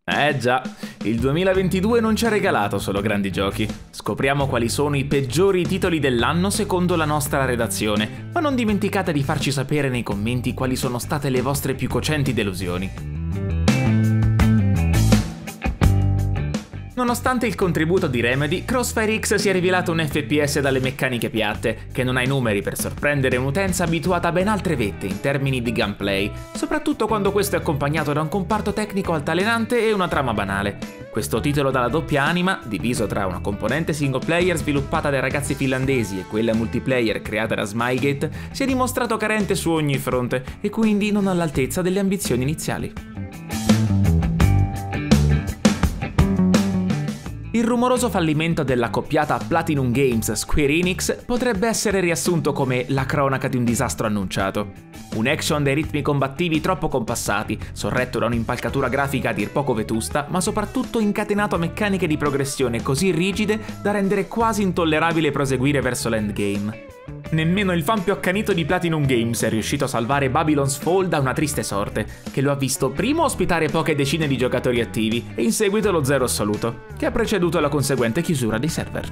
Già, il 2022 non ci ha regalato solo grandi giochi. Scopriamo quali sono i peggiori titoli dell'anno secondo la nostra redazione, ma non dimenticate di farci sapere nei commenti quali sono state le vostre più cocenti delusioni. Nonostante il contributo di Remedy, Crossfire X si è rivelato un FPS dalle meccaniche piatte, che non ha i numeri per sorprendere un'utenza abituata a ben altre vette in termini di gameplay, soprattutto quando questo è accompagnato da un comparto tecnico altalenante e una trama banale. Questo titolo dalla doppia anima, diviso tra una componente single player sviluppata dai ragazzi finlandesi e quella multiplayer creata da Smilegate, si è dimostrato carente su ogni fronte e quindi non all'altezza delle ambizioni iniziali. Il rumoroso fallimento dell'accoppiata Platinum Games Square Enix potrebbe essere riassunto come la cronaca di un disastro annunciato. Un action dai ritmi combattivi troppo compassati, sorretto da un'impalcatura grafica a dir poco vetusta, ma soprattutto incatenato a meccaniche di progressione così rigide da rendere quasi intollerabile proseguire verso l'endgame. Nemmeno il fan più accanito di Platinum Games è riuscito a salvare Babylon's Fall da una triste sorte, che lo ha visto prima ospitare poche decine di giocatori attivi e in seguito lo zero assoluto, che ha preceduto la conseguente chiusura dei server.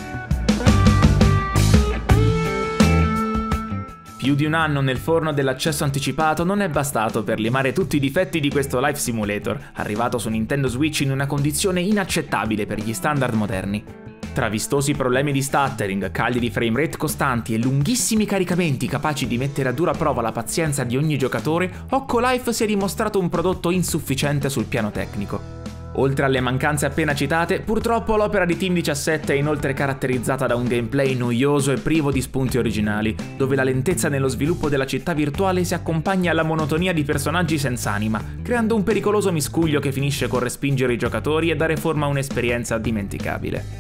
Più di un anno nel forno dell'accesso anticipato non è bastato per limare tutti i difetti di questo Life Simulator, arrivato su Nintendo Switch in una condizione inaccettabile per gli standard moderni. Tra vistosi problemi di stuttering, cali di framerate costanti e lunghissimi caricamenti capaci di mettere a dura prova la pazienza di ogni giocatore, Occolife si è dimostrato un prodotto insufficiente sul piano tecnico. Oltre alle mancanze appena citate, purtroppo l'opera di Team 17 è inoltre caratterizzata da un gameplay noioso e privo di spunti originali, dove la lentezza nello sviluppo della città virtuale si accompagna alla monotonia di personaggi senza anima, creando un pericoloso miscuglio che finisce con respingere i giocatori e dare forma a un'esperienza dimenticabile.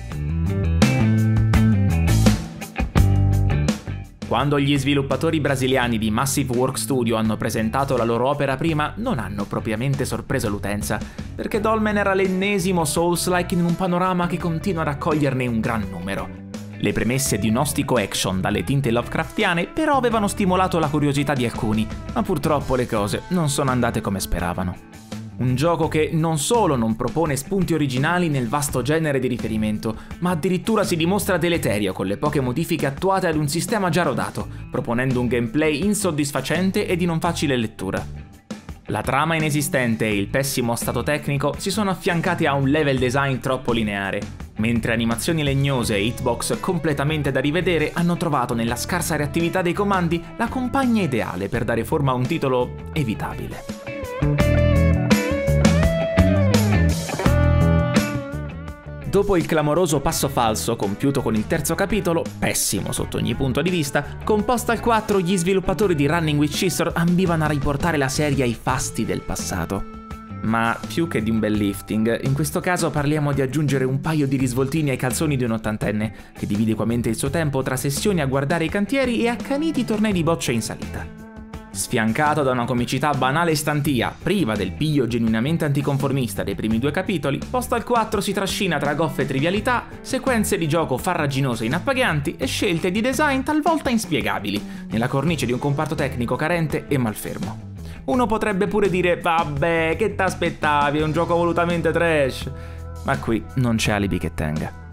Quando gli sviluppatori brasiliani di Massive Work Studio hanno presentato la loro opera prima, non hanno propriamente sorpreso l'utenza, perché Dolmen era l'ennesimo Souls-like in un panorama che continua a raccoglierne un gran numero. Le premesse di un ostico action dalle tinte Lovecraftiane però avevano stimolato la curiosità di alcuni, ma purtroppo le cose non sono andate come speravano. Un gioco che non solo non propone spunti originali nel vasto genere di riferimento, ma addirittura si dimostra deleterio con le poche modifiche attuate ad un sistema già rodato, proponendo un gameplay insoddisfacente e di non facile lettura. La trama inesistente e il pessimo stato tecnico si sono affiancati a un level design troppo lineare, mentre animazioni legnose e hitbox completamente da rivedere hanno trovato nella scarsa reattività dei comandi la compagna ideale per dare forma a un titolo evitabile. Dopo il clamoroso passo falso compiuto con il terzo capitolo, pessimo sotto ogni punto di vista, con Postal 4 gli sviluppatori di Running with Scissor ambivano a riportare la serie ai fasti del passato. Ma più che di un bel lifting, in questo caso parliamo di aggiungere un paio di risvoltini ai calzoni di un ottantenne, che divide equamente il suo tempo tra sessioni a guardare i cantieri e accaniti tornei di bocce in salita. Sfiancato da una comicità banale e stantia, priva del piglio genuinamente anticonformista dei primi due capitoli, Postal 4 si trascina tra goffe trivialità, sequenze di gioco farraginose e inappaganti e scelte di design talvolta inspiegabili, nella cornice di un comparto tecnico carente e malfermo. Uno potrebbe pure dire vabbè, che t'aspettavi, è un gioco volutamente trash, ma qui non c'è alibi che tenga.